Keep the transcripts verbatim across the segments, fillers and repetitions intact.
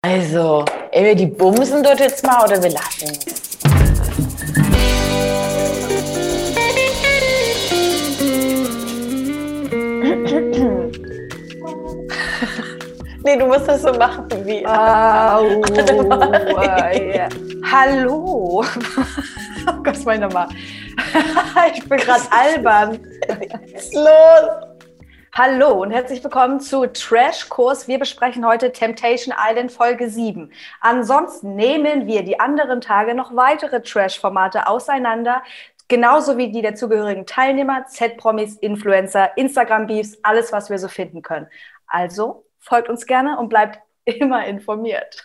Also, ey, wir die bumsen dort jetzt mal oder wir lassen es? Nee, du musst das so machen wie... Au, äh, ja. Hallo. Oh Gott, mal nochmal. Ich bin gerade albern. Was ist los? Hallo und herzlich willkommen zu Trashkurs. Wir besprechen heute Temptation Island Folge sieben. Ansonsten nehmen wir die anderen Tage noch weitere Trash-Formate auseinander, genauso wie die dazugehörigen Teilnehmer, Z-Promis, Influencer, Instagram-Beefs, alles, was wir so finden können. Also folgt uns gerne und bleibt immer informiert.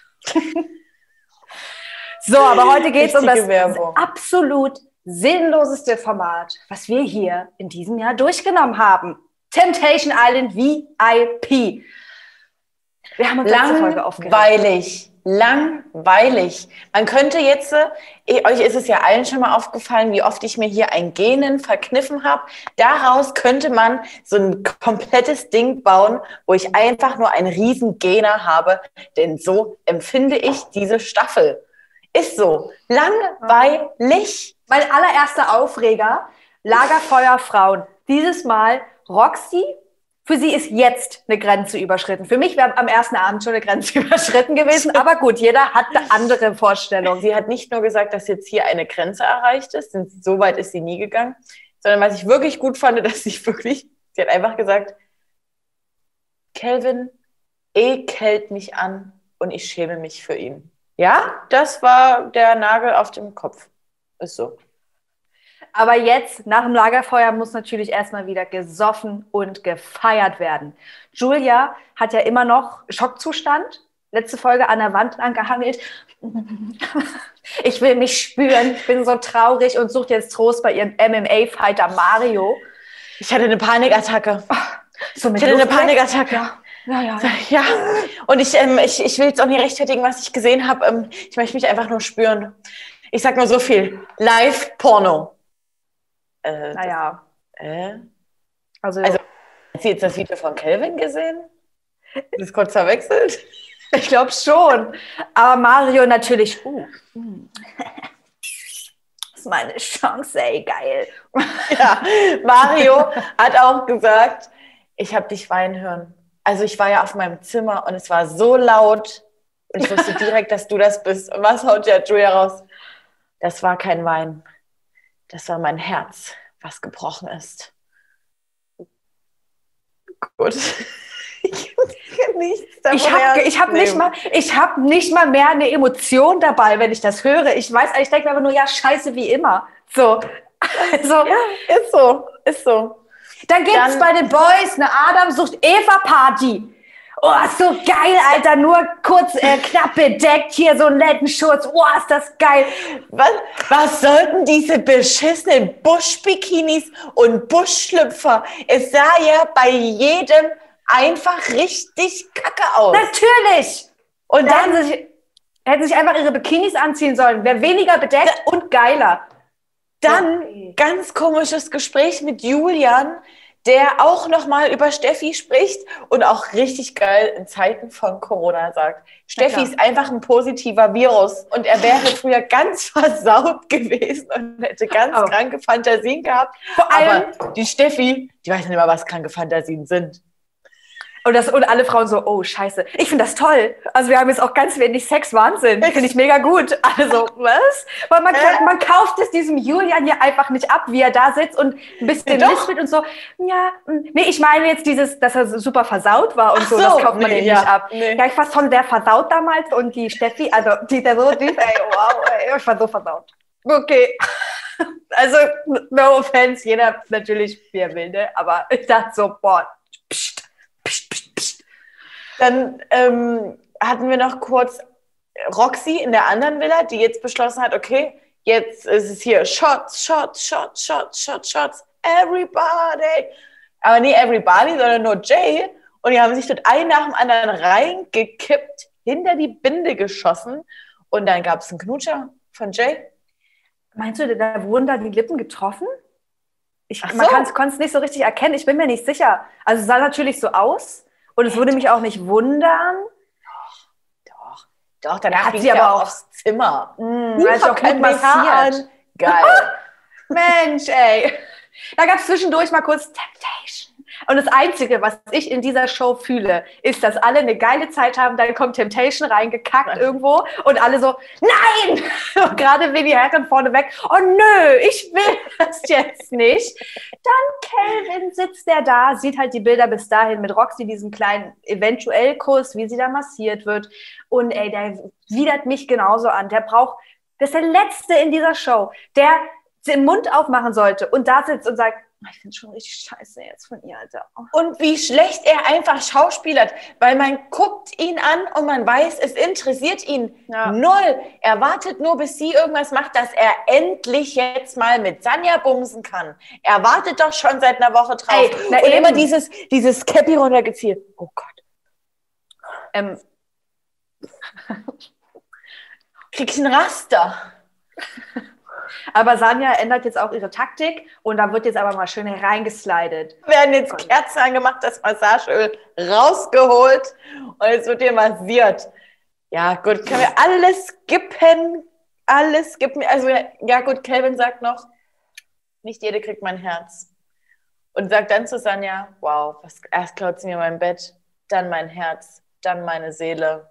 So, aber heute geht es um das Werbung. absolut sinnloseste Format, was wir hier in diesem Jahr durchgenommen haben. Temptation Island V I P. Wir haben uns letzte Folge aufgeregt. Langweilig, langweilig. Man könnte jetzt, eh, euch ist es ja allen schon mal aufgefallen, wie oft ich mir hier ein Genen verkniffen habe. Daraus könnte man so ein komplettes Ding bauen, wo ich einfach nur einen riesen Gener habe. Denn so empfinde ich diese Staffel. Ist so. Langweilig. Mein allererster Aufreger, Lagerfeuerfrauen. Dieses Mal Roxy, für sie ist jetzt eine Grenze überschritten. Für mich wäre am ersten Abend schon eine Grenze überschritten gewesen, aber gut, jeder hat eine andere Vorstellung. Sie hat nicht nur gesagt, dass jetzt hier eine Grenze erreicht ist, denn so weit ist sie nie gegangen, sondern was ich wirklich gut fand, dass sie wirklich, sie hat einfach gesagt, Calvin ekelt mich an und ich schäme mich für ihn. Ja, das war der Nagel auf dem Kopf. Ist so. Aber jetzt, nach dem Lagerfeuer, muss natürlich erstmal wieder gesoffen und gefeiert werden. Julia hat ja immer noch Schockzustand. Letzte Folge an der Wand angehangelt. Ich will mich spüren, ich bin so traurig und sucht jetzt Trost bei ihrem M M A-Fighter Mario. Ich hatte eine Panikattacke. So mit ich hatte eine Luft Panikattacke. Ja. Ja, ja, ja. ja. Und ich, ähm, ich, ich will jetzt auch nicht rechtfertigen, was ich gesehen habe. Ähm, ich möchte mich einfach nur spüren. Ich sag nur so viel. Live-Porno. Äh, naja. Das, äh? Also, also, hat sie jetzt das Video von Calvin gesehen? Ist das kurz verwechselt? Ich glaube schon. Aber Mario natürlich. Uh. Das ist meine Chance, ey, geil. Ja, Mario hat auch gesagt, ich habe dich weinen hören. Also ich war ja auf meinem Zimmer und es war so laut und ich wusste direkt, dass du das bist. Und was haut ja Julia raus? Das war kein Wein. Das war mein Herz, was gebrochen ist. Gut. Ich kann nichts davon Ich habe ich hab nicht, mal, ich hab nicht mal mehr eine Emotion dabei, wenn ich das höre. Ich weiß, ich denke mir aber nur, ja, scheiße, wie immer. So. Also, ja, ist so, ist so. Dann gibt es bei den Boys eine Adam sucht Eva-Party. Oh, ist so geil, Alter. Nur kurz äh, knapp bedeckt. Hier so ein Lettenschurz. Oh, ist das geil. Was, was sollten diese beschissenen Busch-Bikinis und Buschschlüpfer? Es sah ja bei jedem einfach richtig kacke aus. Natürlich. Und dann dann hätten sie, hätten sich einfach ihre Bikinis anziehen sollen. Wäre weniger bedeckt da, und geiler. Dann okay. Ganz komisches Gespräch mit Julian, der auch nochmal über Steffi spricht und auch richtig geil in Zeiten von Corona sagt. Steffi ist einfach ein positiver Virus und er wäre früher ganz versaut gewesen und hätte ganz oh. kranke Fantasien gehabt. Vor allem aber die Steffi, die weiß nicht mal, was kranke Fantasien sind. Und, das, und alle Frauen so, oh, scheiße. Ich finde das toll. Also wir haben jetzt auch ganz wenig Sex, Wahnsinn. Finde ich mega gut. Also, was? Weil man, kann, man kauft es diesem Julian ja einfach nicht ab, wie er da sitzt und ein bisschen lispelt und so. Ja, nee, ich meine jetzt dieses, dass er super versaut war und so, so, das kauft man nee, ihm ja, nicht ab. Nee. Ja, ich war schon sehr versaut damals und die Steffi, also die ist so, die ist, ey, wow, ey, ich war so versaut. Okay. Also, no offense, jeder natürlich, wie er will, ne? Aber ich dachte so, boah, pst. Psst, psst, psst. Dann ähm, hatten wir noch kurz Roxy in der anderen Villa, die jetzt beschlossen hat, okay, jetzt ist es hier Shots, Shots, Shots, Shots, Shots, Shots, everybody. Aber nie everybody, sondern nur Jay. Und die haben sich dort einen nach dem anderen reingekippt, hinter die Binde geschossen. Und dann gab es einen Knutscher von Jay. Meinst du, da wurden da die Lippen getroffen? Ich, Ach man so. konnte es nicht so richtig erkennen. Ich bin mir nicht sicher. Also es sah natürlich so aus. Und es würde mich auch nicht wundern. Doch, doch. Doch, danach hat ging sie sie aber aber auch- aufs Zimmer. Mm, Uh, hat sie auch kein gut B H massiert. an. Geil. Mensch, ey. Da gab es zwischendurch mal kurz Temptation. Und das Einzige, was ich in dieser Show fühle, ist, dass alle eine geile Zeit haben, dann kommt Temptation reingekackt irgendwo und alle so, nein! Und gerade Willi Herren vorne weg, oh nö, ich will das jetzt nicht. Dann Calvin sitzt der da, sieht halt die Bilder bis dahin mit Roxy, diesen kleinen eventuell Kuss, wie sie da massiert wird. Und ey, der widert mich genauso an. Der braucht, das ist der Letzte in dieser Show, der den Mund aufmachen sollte und da sitzt und sagt, ich finde es schon richtig scheiße jetzt von ihr, Alter. Und wie schlecht er einfach schauspielert, weil man guckt ihn an und man weiß, es interessiert ihn Ja. null. Er wartet nur, bis sie irgendwas macht, dass er endlich jetzt mal mit Sanja bumsen kann. Er wartet doch schon seit einer Woche drauf. Ey, na und eben. immer dieses, dieses Cappy runtergezielt. Oh Gott. Ähm, Krieg ich einen Raster. aber Sanja ändert jetzt auch ihre Taktik und da wird jetzt aber mal schön reingeslidet. Werden jetzt Kerzen angemacht, das Massageöl rausgeholt und es wird hier massiert. Ja, gut, können wir alles skippen, alles skippen. Also, ja gut, Calvin sagt noch, nicht jede kriegt mein Herz. Und sagt dann zu Sanja, wow, was, erst klaut sie mir mein Bett, dann mein Herz, dann meine Seele.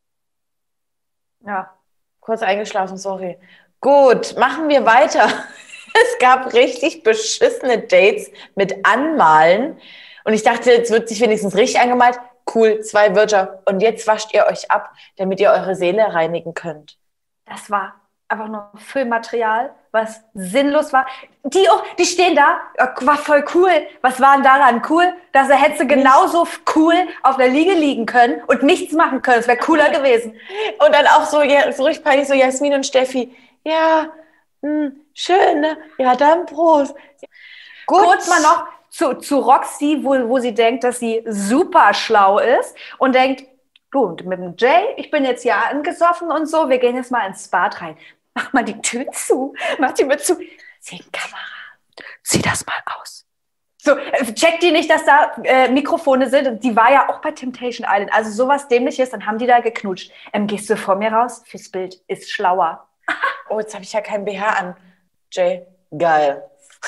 Ja. Kurz eingeschlafen, sorry. Gut, machen wir weiter. Es gab richtig beschissene Dates mit Anmalen. Und ich dachte, jetzt wird sich wenigstens richtig angemalt. Cool, zwei Wörter. Und jetzt wascht ihr euch ab, damit ihr eure Seele reinigen könnt. Das war einfach nur Filmmaterial, was sinnlos war. Die, oh, die stehen da, war voll cool. Was war denn daran cool? Dass er hätte genauso cool auf der Liege liegen können und nichts machen können. Es wäre cooler gewesen. Und dann auch so, ja, so richtig peinlich, so Jasmin und Steffi. Ja, mh, schön, ne? Ja, dann Prost. Gut. Kurz mal noch zu, zu Roxy, wo, wo sie denkt, dass sie super schlau ist und denkt, du, mit dem Jay, ich bin jetzt hier angesoffen und so, wir gehen jetzt mal ins Bad rein. Mach mal die Tür zu, mach die mir zu. Sieh Kamera, zieh das mal aus. So, äh, checkt die nicht, dass da äh, Mikrofone sind? Die war ja auch bei Temptation Island. Also sowas Dämliches, dann haben die da geknutscht. Ähm, gehst du vor mir raus? Fürs Bild ist schlauer. Oh, jetzt habe ich ja kein B H an. Jay, geil.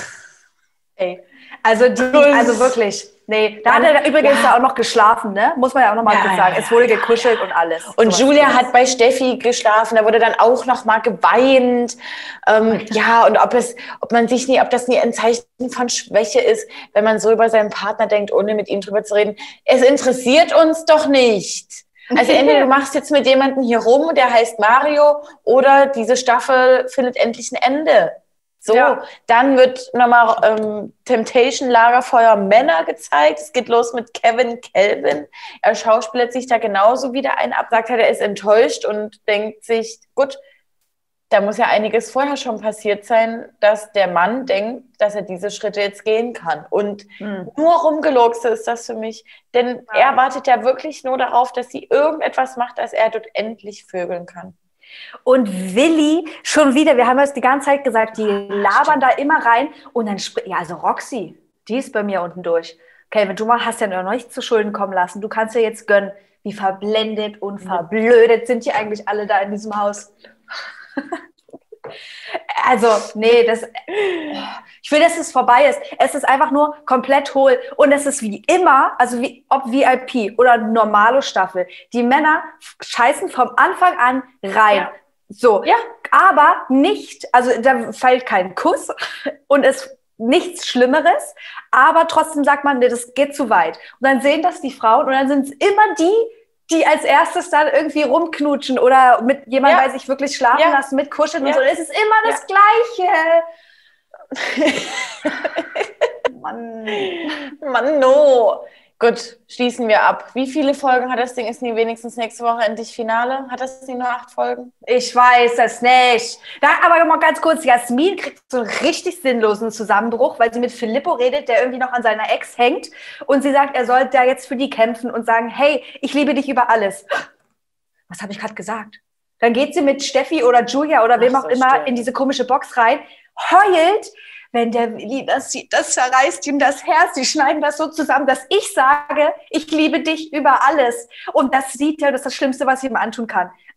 Ey. Also, die, also wirklich, nee, da hat er übrigens ja auch noch geschlafen, ne? Muss man ja auch noch mal Ja, kurz sagen. ja, Es wurde gekuschelt und alles. Und Sowas Julia Tolles. hat bei Steffi geschlafen, da wurde dann auch noch mal geweint. Ähm, ja, und ob es, ob man sich nie, ob das nie ein Zeichen von Schwäche ist, wenn man so über seinen Partner denkt, ohne mit ihm drüber zu reden. Es interessiert uns doch nicht. Also entweder du machst jetzt mit jemandem hier rum, der heißt Mario, oder diese Staffel findet endlich ein Ende. So, Ja. dann wird nochmal ähm, Temptation Lagerfeuer Männer gezeigt. Es geht los mit Kevin Calvin. Er schauspielert sich da genauso wieder ein ab, sagt halt, er ist enttäuscht und denkt sich, gut, da muss ja einiges vorher schon passiert sein, dass der Mann denkt, dass er diese Schritte jetzt gehen kann. Und Hm. nur rumgelogst ist das für mich. Denn Ja. er wartet ja wirklich nur darauf, dass sie irgendetwas macht, dass er dort endlich vögeln kann. Und Willi, schon wieder, wir haben das die ganze Zeit gesagt, die labern da immer rein und dann springt, ja, also Roxy, die ist bei mir unten durch. Okay, wenn du mal hast ja noch nicht zu Schulden kommen lassen, du kannst ja jetzt gönnen, wie verblendet und verblödet sind die eigentlich alle da in diesem Haus. Also, nee, das, ich will, dass es vorbei ist. Es ist einfach nur komplett hohl. Und es ist wie immer, also wie, ob V I P oder normale Staffel, die Männer scheißen vom Anfang an rein. Ja. So, Ja. aber nicht, also da fällt kein Kuss und es nichts Schlimmeres, aber trotzdem sagt man, nee, das geht zu weit. Und dann sehen das die Frauen und dann sind es immer die, die als erstes dann irgendwie rumknutschen oder mit jemandem Ja. bei sich wirklich schlafen Ja. lassen, mit Kuscheln Ja. und so. Es ist immer das Gleiche. Mann. Mann, no. Gut, schließen wir ab. Wie viele Folgen hat das Ding? Ist nie wenigstens nächste Woche endlich Finale? Hat das Ding nur acht Folgen? Ich weiß es nicht. Da, aber mal ganz kurz, Jasmin kriegt so einen richtig sinnlosen Zusammenbruch, weil sie mit Filippo redet, der irgendwie noch an seiner Ex hängt und sie sagt, er soll da jetzt für die kämpfen und sagen, hey, ich liebe dich über alles. Was habe ich gerade gesagt? Dann geht sie mit Steffi oder Julia oder wem Ach auch so, immer stimmt. in diese komische Box rein, heult. Wenn der Willi das sieht, das zerreißt ihm das Herz. Die schneiden das so zusammen, dass ich sage, ich liebe dich über alles. Und das sieht er, das ist das Schlimmste, was ich ihm antun kann.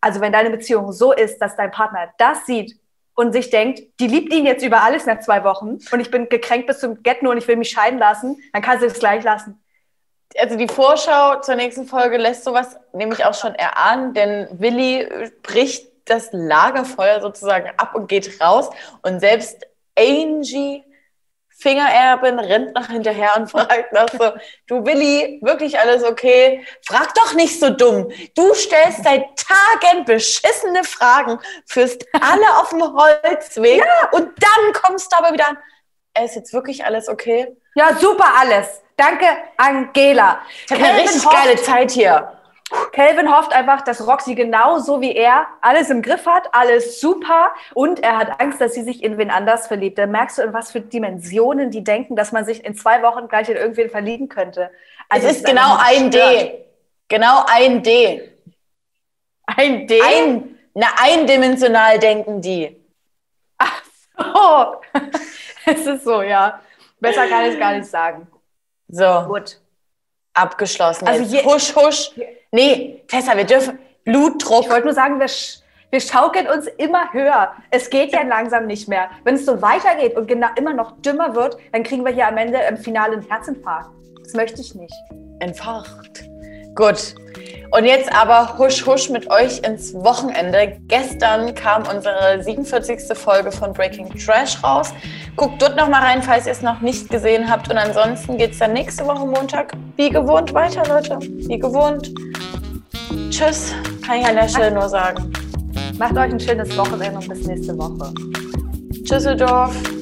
Also wenn deine Beziehung so ist, dass dein Partner das sieht und sich denkt, die liebt ihn jetzt über alles nach zwei Wochen und ich bin gekränkt bis zum Get-No und ich will mich scheiden lassen, dann kannst du es gleich lassen. Also die Vorschau zur nächsten Folge lässt sowas nämlich auch schon erahnen, denn Willi bricht das Lagerfeuer sozusagen ab und geht raus und selbst Angie, Fingererbin, rennt nach hinterher und fragt nach so, du Willi, wirklich alles okay? Frag doch nicht so dumm. Du stellst seit Tagen beschissene Fragen, führst alle auf dem Holzweg ja. und dann kommst du aber wieder an, ist jetzt wirklich alles okay? Ja, super alles. Danke, Angela. Ich habe eine richtig hofft, geile Zeit hier. Calvin hofft einfach, dass Roxy genauso wie er alles im Griff hat, alles super und er hat Angst, dass sie sich in wen anders verliebt. Da merkst du, in was für Dimensionen die denken, dass man sich in zwei Wochen gleich in irgendwen verlieben könnte. Also es ist, ist genau ein D. Genau ein D. Ein D? Ein, na, eindimensional denken die. Ach so. Es ist so, ja. Besser kann ich es gar nicht sagen. So. Gut. Abgeschlossen. Also jetzt. Husch, husch. Nee, Tessa, wir dürfen Blutdruck. Ich wollte nur sagen, wir, sch wir schaukeln uns immer höher. Es geht ja langsam nicht mehr. Wenn es so weitergeht und genau immer noch dümmer wird, dann kriegen wir hier am Ende im Finale einen Herzinfarkt. Das möchte ich nicht. Infarkt. Gut. Und jetzt aber husch, husch mit euch ins Wochenende. Gestern kam unsere siebenundvierzigste Folge von Breaking Trash raus. Guckt dort noch mal rein, falls ihr es noch nicht gesehen habt. Und ansonsten geht es dann nächste Woche Montag wie gewohnt weiter, Leute. Wie gewohnt. Tschüss, kann ich an der Stelle nur sagen. Macht euch ein schönes Wochenende und bis nächste Woche. Tschüsseldorf.